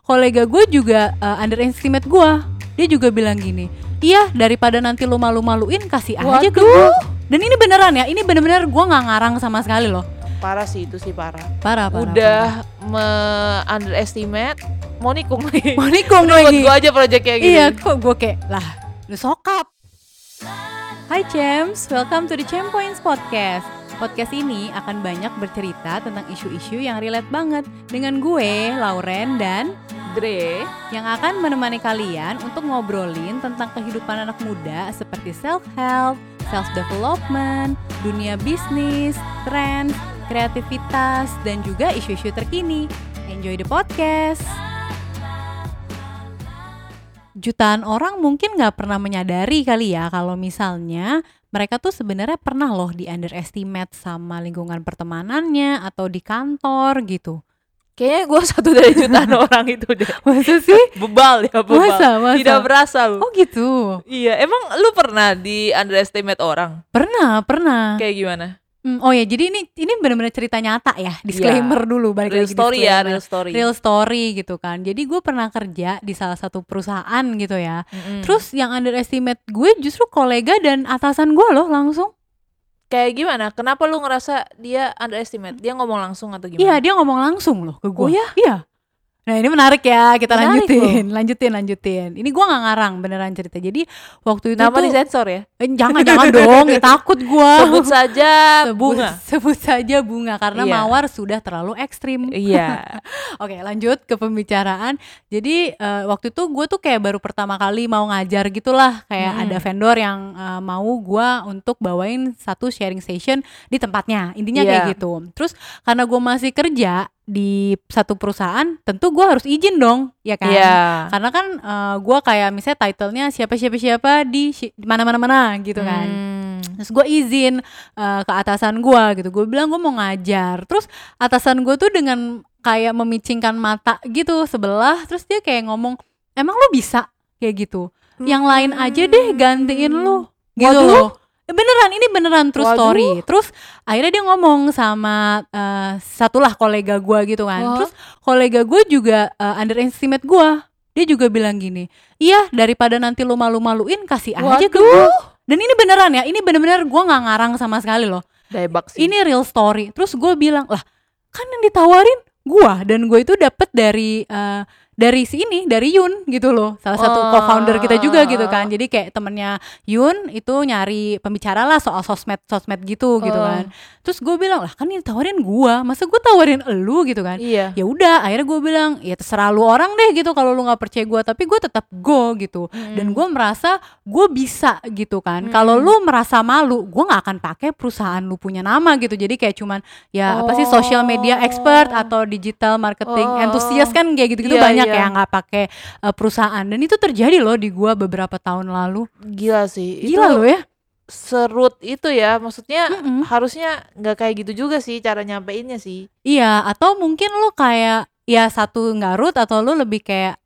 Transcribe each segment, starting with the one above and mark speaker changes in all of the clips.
Speaker 1: kolega gue juga underestimate gue. Dia juga bilang gini, iya daripada nanti lu malu-maluin kasih aja ke gue. Dan ini beneran ya, ini bener-bener gue gak ngarang sama sekali loh.
Speaker 2: Parah sih, itu sih parah.
Speaker 1: Parah.
Speaker 2: Underestimate, mau nikung lagi.
Speaker 1: Buat
Speaker 2: gue aja project kayak gini.
Speaker 1: Iya, kok gue kayak, lah lu sokap. Hai Champs, welcome to the Champ Points Podcast. Podcast ini akan banyak bercerita tentang isu-isu yang relate banget dengan gue, Lauren dan
Speaker 2: Dre,
Speaker 1: yang akan menemani kalian untuk ngobrolin tentang kehidupan anak muda seperti self-help, self-development, dunia bisnis, tren, kreativitas, dan juga isu-isu terkini. Enjoy the podcast! Jutaan orang mungkin gak pernah menyadari kali ya kalau misalnya mereka tuh sebenarnya pernah loh di underestimate sama lingkungan pertemanannya atau di kantor gitu.
Speaker 2: Kayaknya gue satu dari jutaan orang itu deh.
Speaker 1: Masa sih?
Speaker 2: Bebal.
Speaker 1: Masa?
Speaker 2: Tidak berasa lu.
Speaker 1: Oh gitu?
Speaker 2: Iya, emang lu pernah di underestimate orang?
Speaker 1: Pernah.
Speaker 2: Kayak gimana?
Speaker 1: Oh ya, jadi ini benar-benar cerita nyata ya. Disclaimer dulu, balik
Speaker 2: real
Speaker 1: lagi
Speaker 2: story
Speaker 1: disclaimer.
Speaker 2: ya,
Speaker 1: Real story gitu kan. Jadi gue pernah kerja di salah satu perusahaan gitu ya. Terus yang underestimate gue justru kolega dan atasan gue loh langsung.
Speaker 2: Kayak gimana? Kenapa lu ngerasa dia underestimate? Dia ngomong langsung atau gimana?
Speaker 1: Iya, dia ngomong langsung loh ke gue.
Speaker 2: Oh ya?
Speaker 1: Iya. Nah ini menarik ya, kita
Speaker 2: menarik
Speaker 1: lanjutin. Ini gue gak ngarang, beneran cerita. Jadi waktu itu
Speaker 2: nama
Speaker 1: tuh
Speaker 2: disensor ya?
Speaker 1: Jangan dong, ya takut gue.
Speaker 2: Sebut saja bunga.
Speaker 1: Sebut saja bunga, karena
Speaker 2: Iya.
Speaker 1: mawar sudah terlalu ekstrim.
Speaker 2: Iya.
Speaker 1: Oke, lanjut ke pembicaraan. Jadi waktu itu gue tuh kayak baru pertama kali mau ngajar gitulah. Kayak ada vendor yang mau gue untuk bawain satu sharing session di tempatnya. Intinya kayak gitu. Terus karena gue masih kerja di satu perusahaan, tentu gue harus izin dong, ya kan?
Speaker 2: Iya.
Speaker 1: Karena kan gue kayak misalnya title-nya siapa di mana gitu kan. Terus gue izin ke atasan gue gitu. Gue bilang gue mau ngajar. Terus atasan gue tuh dengan kayak memicingkan mata gitu sebelah. Terus dia kayak ngomong, emang lu bisa kayak gitu? Yang lain aja deh gantiin lu gitu loh. Ini beneran true story. Terus akhirnya dia ngomong sama satulah kolega gue gitu kan. Terus kolega gue juga underestimate gue. Dia juga bilang gini, iya daripada nanti lu malu-maluin kasih aja ke gue. Dan ini beneran ya, ini bener-bener gue gak ngarang sama sekali loh.
Speaker 2: Debak sih.
Speaker 1: Ini real story. Terus gue bilang, lah kan yang ditawarin gue. Dan gue itu dapet dari Yun gitu loh, salah satu co-founder kita juga gitu kan. Jadi kayak temennya Yun itu nyari pembicara lah soal sosmed gitu kan. Terus gue bilang, lah kan ini tawarin gue, masa gue tawarin elu gitu kan.
Speaker 2: Iya.
Speaker 1: Ya udah, akhirnya gue bilang, ya terserah lu orang deh gitu kalau lu nggak percaya gue, tapi gue tetap go gitu. Dan gue merasa gue bisa gitu kan. Kalau lu merasa malu, gue nggak akan pakai perusahaan lu punya nama gitu. Jadi kayak cuman ya apa sih social media expert atau digital marketing enthusiast kan kayak gitu banyak ya nggak pakai perusahaan. Dan itu terjadi loh di gua beberapa tahun lalu.
Speaker 2: Gila sih.
Speaker 1: Gila loh ya.
Speaker 2: Serut itu ya, maksudnya harusnya nggak kayak gitu juga sih cara nyampeinnya sih.
Speaker 1: Iya, atau mungkin lo kayak ya satu ngarut atau lo lebih kayak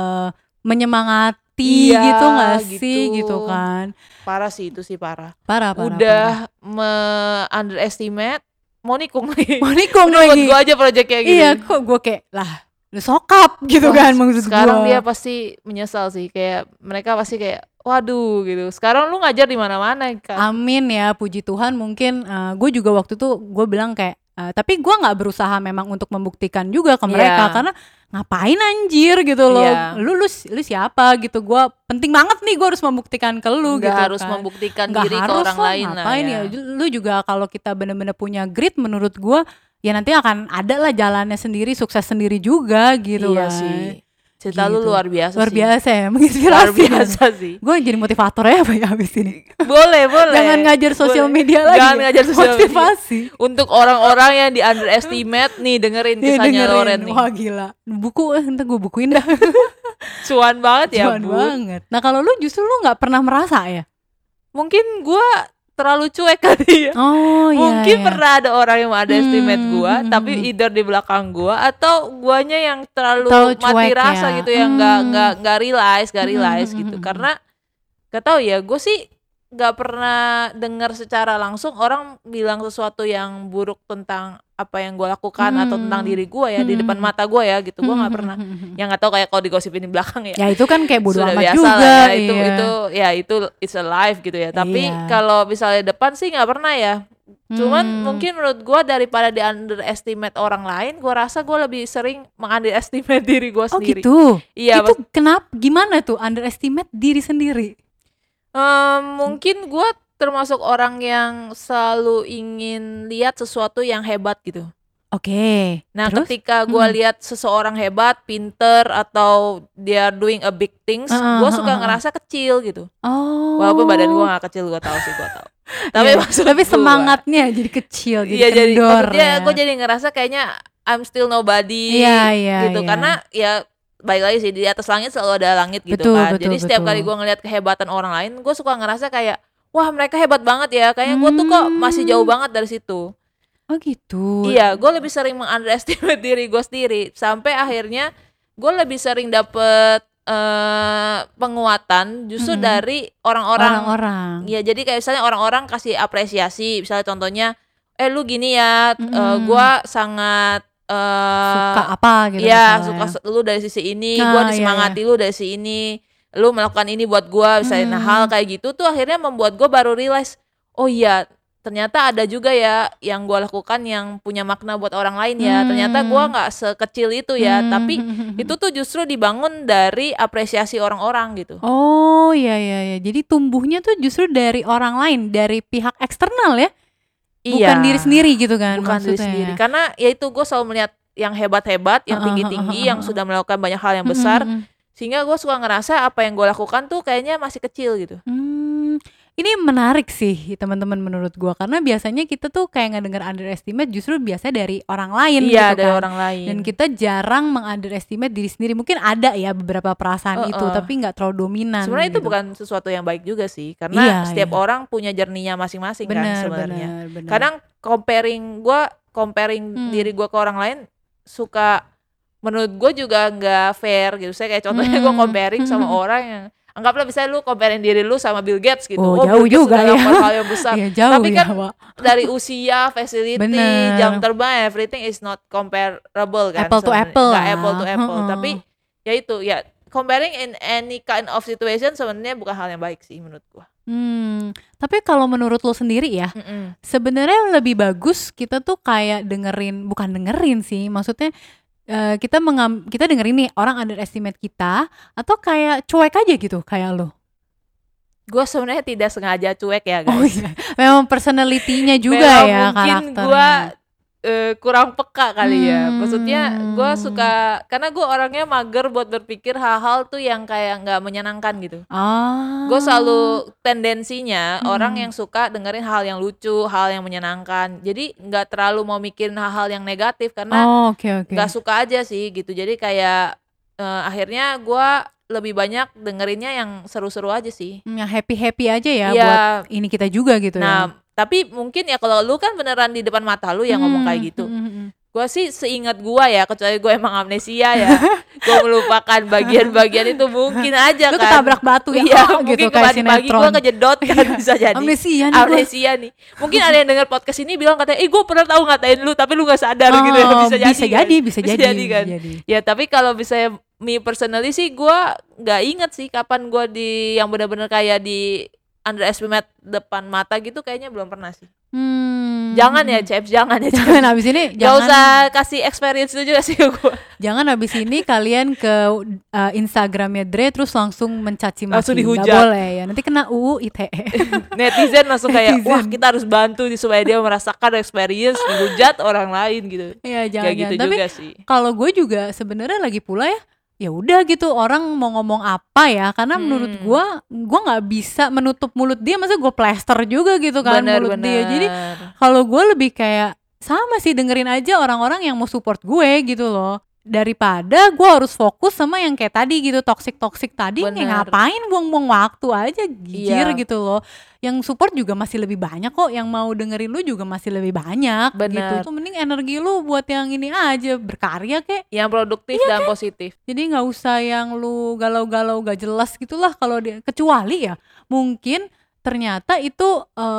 Speaker 1: menyemangati gitu nggak sih gitu kan.
Speaker 2: Parah sih, itu sih parah.
Speaker 1: Udah
Speaker 2: underestimate, mau nikung lagi.
Speaker 1: Buat
Speaker 2: gue aja project kayak gini.
Speaker 1: Iya, kok gue kayak lah lu sokap gitu kan maksud gue.
Speaker 2: Sekarang dia pasti menyesal sih, kayak mereka pasti kayak waduh gitu. Sekarang lu ngajar di mana-mana kan.
Speaker 1: Amin ya, puji Tuhan. Mungkin gue juga waktu itu gue bilang kayak tapi gue nggak berusaha memang untuk membuktikan juga ke mereka karena ngapain anjir gitu loh. Lu siapa gitu. Gue penting banget nih gue harus membuktikan ke lu gitu kan.
Speaker 2: Harus membuktikan diri ke orang lain lah.
Speaker 1: Ngapain ya. Lu juga kalau kita benar-benar punya grit menurut gue ya nanti akan ada lah jalannya sendiri, sukses sendiri juga gitu kan.
Speaker 2: Sih. Cerita lu luar biasa
Speaker 1: ya, menginspirasi.
Speaker 2: Luar biasa sih.
Speaker 1: Gue jadi motivator ya abis ini.
Speaker 2: Boleh.
Speaker 1: Jangan ngajar sosial media lagi.
Speaker 2: Jangan ngajar sosial
Speaker 1: motivasi.
Speaker 2: Media. Untuk orang-orang yang di underestimate nih, dengerin kisahnya Lauren nih.
Speaker 1: Wah gila. Buku entar gue bukuin dah.
Speaker 2: Cuan banget ya,
Speaker 1: Cuan banget. Nah kalau lu justru lu nggak pernah merasa ya?
Speaker 2: Mungkin gue terlalu cuek kali ya. Mungkin pernah ada orang yang underestimate gue, tapi either di belakang gue atau guanya yang terlalu mati rasa gitu, yang nggak realize gitu. Karena gak tahu ya, gue sih nggak pernah dengar secara langsung orang bilang sesuatu yang buruk tentang apa yang gue lakukan atau tentang diri gue ya di depan mata gue ya gitu, gue nggak pernah. Yang nggak tahu kayak kalau digosipin di belakang ya.
Speaker 1: Ya itu kan kayak bodo amat
Speaker 2: biasa
Speaker 1: juga.
Speaker 2: Lah ya. Itu it's a life gitu ya. Tapi kalau misalnya depan sih nggak pernah ya. Cuman mungkin menurut gue daripada di underestimate orang lain, gue rasa gue lebih sering mengunderestimate diri gue sendiri.
Speaker 1: Oh gitu? Iya. Itu kenapa? Gimana tuh underestimate diri sendiri?
Speaker 2: Mungkin gue termasuk orang yang selalu ingin lihat sesuatu yang hebat gitu.
Speaker 1: Oke.
Speaker 2: Nah terus? Ketika gue lihat seseorang hebat, pinter, atau dia doing a big things, gue suka ngerasa kecil gitu. Walaupun badan gue gak kecil, gue tahu. Tapi
Speaker 1: semangatnya jadi kecil, jadi
Speaker 2: kendor. Iya, gue jadi ngerasa kayaknya I'm still nobody gitu. Karena ya balik lagi sih, di atas langit selalu ada langit gitu kan. Jadi setiap kali gue ngeliat kehebatan orang lain, gue suka ngerasa kayak, wah mereka hebat banget ya. Kayaknya gue tuh kok masih jauh banget dari situ.
Speaker 1: Oh gitu.
Speaker 2: Iya, gue lebih sering mengunderestimate diri gue sendiri. Sampai akhirnya gue lebih sering dapet penguatan justru dari orang-orang. Ya jadi kayak misalnya orang-orang kasih apresiasi. Misalnya contohnya, lu gini ya, gue sangat
Speaker 1: suka apa gitu.
Speaker 2: Iya, suka lu dari sisi ini, gue disemangati lu dari sisi ini, lu melakukan ini buat gue. Misalnya hal kayak gitu tuh akhirnya membuat gue baru realize, oh iya ternyata ada juga ya yang gue lakukan yang punya makna buat orang lain ya. Ternyata gue nggak sekecil itu ya. Tapi itu tuh justru dibangun dari apresiasi orang-orang gitu.
Speaker 1: Oh iya. Jadi tumbuhnya tuh justru dari orang lain, dari pihak eksternal ya. Bukan diri sendiri gitu kan.
Speaker 2: Bukan diri sendiri. Karena ya itu gue selalu melihat yang hebat-hebat, yang tinggi-tinggi, yang sudah melakukan banyak hal yang besar. Sehingga gue suka ngerasa apa yang gue lakukan tuh kayaknya masih kecil gitu.
Speaker 1: Ini menarik sih teman-teman menurut gue, karena biasanya kita tuh kayak ngedenger underestimate justru biasa dari orang lain gitu kan.
Speaker 2: Dari orang lain.
Speaker 1: Dan kita jarang mengunderestimate diri sendiri. Mungkin ada ya beberapa perasaan itu, tapi nggak terlalu dominan.
Speaker 2: Sebenarnya
Speaker 1: gitu.
Speaker 2: Itu bukan sesuatu yang baik juga sih, karena setiap orang punya journey-nya masing-masing kan sebenarnya. Kadang comparing diri gue ke orang lain suka menurut gue juga nggak fair gitu. Saya kayak contohnya gue comparing sama orang yang anggaplah misalnya lu comparing diri lu sama Bill Gates gitu.
Speaker 1: Jauh
Speaker 2: Bill
Speaker 1: juga
Speaker 2: Gates
Speaker 1: ya.
Speaker 2: hal yang besar. Tapi kan dari usia, facility,
Speaker 1: Bener.
Speaker 2: jam terbang, everything is not comparable kan.
Speaker 1: Apple to apple.
Speaker 2: Nggak apple to apple. Tapi ya itu ya, comparing in any kind of situation sebenarnya bukan hal yang baik sih menurut gua.
Speaker 1: Tapi kalau menurut lo sendiri ya, sebenarnya lebih bagus kita tuh kayak bukan dengerin sih, maksudnya kita dengerin nih orang underestimate kita, atau kayak cuek aja gitu kayak lo?
Speaker 2: Gue sebenarnya tidak sengaja cuek ya guys.
Speaker 1: Oh iya, memang personality-nya juga ya karakternya.
Speaker 2: Mungkin gue kurang peka kali ya. Maksudnya gue suka, karena gue orangnya mager buat berpikir hal-hal tuh yang kayak nggak menyenangkan gitu. Gue selalu tendensinya orang yang suka dengerin hal yang lucu, hal yang menyenangkan. Jadi nggak terlalu mau mikirin hal-hal yang negatif, karena nggak suka aja sih gitu. Jadi kayak akhirnya gue lebih banyak dengerinnya yang seru-seru aja sih. Yang
Speaker 1: happy-happy aja ya buat ini kita juga gitu ya.
Speaker 2: Tapi mungkin ya kalau lu kan beneran di depan mata lu yang ngomong kayak gitu. Gue sih seingat gue ya, kecuali gue emang amnesia ya, gue melupakan bagian-bagian itu mungkin aja
Speaker 1: lu
Speaker 2: kan.
Speaker 1: Lu ketabrak batu ya,
Speaker 2: mungkin gitu, pagi-pagi gue kejedot kan. Bisa jadi amnesia nih. Mungkin ada yang denger podcast ini bilang katanya, gue pernah tahu ngatain lu tapi lu gak sadar gitu ya. Bisa jadi kan. Ya tapi kalau misalnya me personally sih, gue gak inget sih kapan gue yang benar-benar kayak di underestimate depan mata gitu, kayaknya belum pernah sih. Jangan ya Ceps, jangan
Speaker 1: abis ini
Speaker 2: gak usah kasih experience itu juga sih ke gue.
Speaker 1: Jangan abis ini kalian ke Instagramnya Dre terus langsung mencaci maki,
Speaker 2: langsung dihujat.
Speaker 1: Gak boleh ya, nanti kena UU ITE.
Speaker 2: Netizen langsung kayak wah kita harus bantu supaya dia merasakan experience dihujat orang lain gitu.
Speaker 1: Iya jangan
Speaker 2: gitu.
Speaker 1: Tapi
Speaker 2: juga sih.
Speaker 1: Kalau gue juga sebenarnya lagi pula ya udah gitu, orang mau ngomong apa ya, karena menurut gue nggak bisa menutup mulut dia, maksudnya gue plester juga gitu kan mulut dia. Jadi kalau gue lebih kayak sama sih, dengerin aja orang-orang yang mau support gue gitu loh, daripada gue harus fokus sama yang kayak tadi gitu, toxic tadi. Ngapain buang-buang waktu aja, gigir gitu loh. Yang support juga masih lebih banyak kok, yang mau dengerin lu juga masih lebih banyak. Gitu. Tuh mending energi lu buat yang ini aja, berkarya kek,
Speaker 2: yang produktif dan positif.
Speaker 1: Jadi nggak usah yang lu galau-galau gak jelas gitulah. Kalau dia, kecuali ya mungkin ternyata itu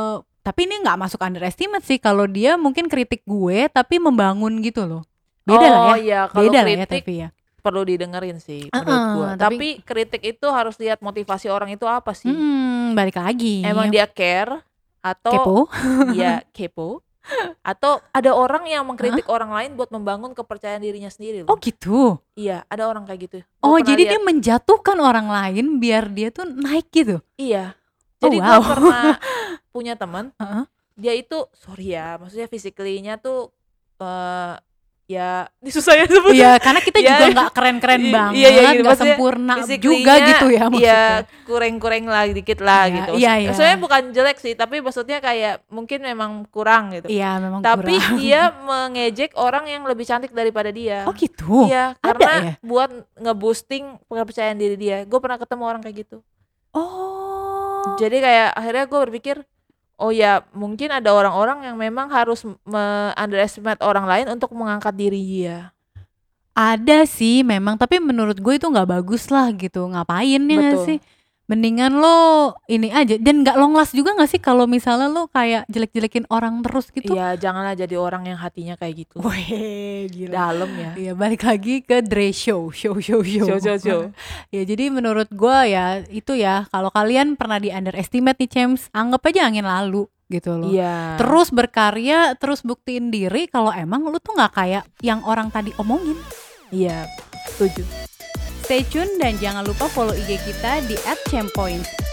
Speaker 1: tapi ini nggak masuk underestimate sih, kalau dia mungkin kritik gue tapi membangun gitu loh. Beda lah ya.
Speaker 2: Iya, kalau
Speaker 1: beda
Speaker 2: kritik
Speaker 1: lah ya tapi ya.
Speaker 2: Perlu didengerin sih menurut gue. Tapi kritik itu harus lihat motivasi orang itu apa sih.
Speaker 1: Balik lagi.
Speaker 2: Emang dia care atau
Speaker 1: kepo?
Speaker 2: Dia kepo. Atau ada orang yang mengkritik orang lain buat membangun kepercayaan dirinya sendiri loh.
Speaker 1: Oh gitu?
Speaker 2: Iya, ada orang kayak gitu.
Speaker 1: Oh jadi dia menjatuhkan orang lain biar dia tuh naik gitu?
Speaker 2: Iya. Jadi gue pernah punya teman, dia itu sorry ya, maksudnya physically-nya tuh ya disusahin sebetulnya.
Speaker 1: Iya, karena kita juga nggak keren-keren banget, nggak sempurna juga gitu ya maksudnya.
Speaker 2: Iya, kurang-kurang lah dikit lah gitu.
Speaker 1: Iya.
Speaker 2: Sebenarnya bukan jelek sih, tapi maksudnya kayak mungkin memang kurang gitu.
Speaker 1: Iya, memang
Speaker 2: tapi
Speaker 1: kurang.
Speaker 2: dia mengejek orang yang lebih cantik daripada dia.
Speaker 1: Oh gitu?
Speaker 2: Iya, karena buat nge-boosting kepercayaan diri dia. Gue pernah ketemu orang kayak gitu.
Speaker 1: Oh.
Speaker 2: Jadi kayak akhirnya gue berpikir, oh ya mungkin ada orang-orang yang memang harus underestimate orang lain untuk mengangkat diri dia.
Speaker 1: Ada sih memang, tapi menurut gue itu nggak bagus lah gitu. Ngapain ya nggak sih? Mendingan lo ini aja, dan nggak long last juga nggak sih kalau misalnya lo kayak jelek-jelekin orang terus gitu?
Speaker 2: Iya, janganlah jadi orang yang hatinya kayak gitu.
Speaker 1: Wih, gila.
Speaker 2: Dalam ya.
Speaker 1: Iya, balik lagi ke Dre show. Ya jadi menurut gue ya itu ya, kalau kalian pernah di underestimate nih Cems, anggap aja angin lalu gitu loh.
Speaker 2: Iya.
Speaker 1: Terus berkarya, terus buktiin diri kalau emang lu tuh nggak kayak yang orang tadi omongin.
Speaker 2: Iya, setuju.
Speaker 1: Stay tune dan jangan lupa follow IG kita di @champoints.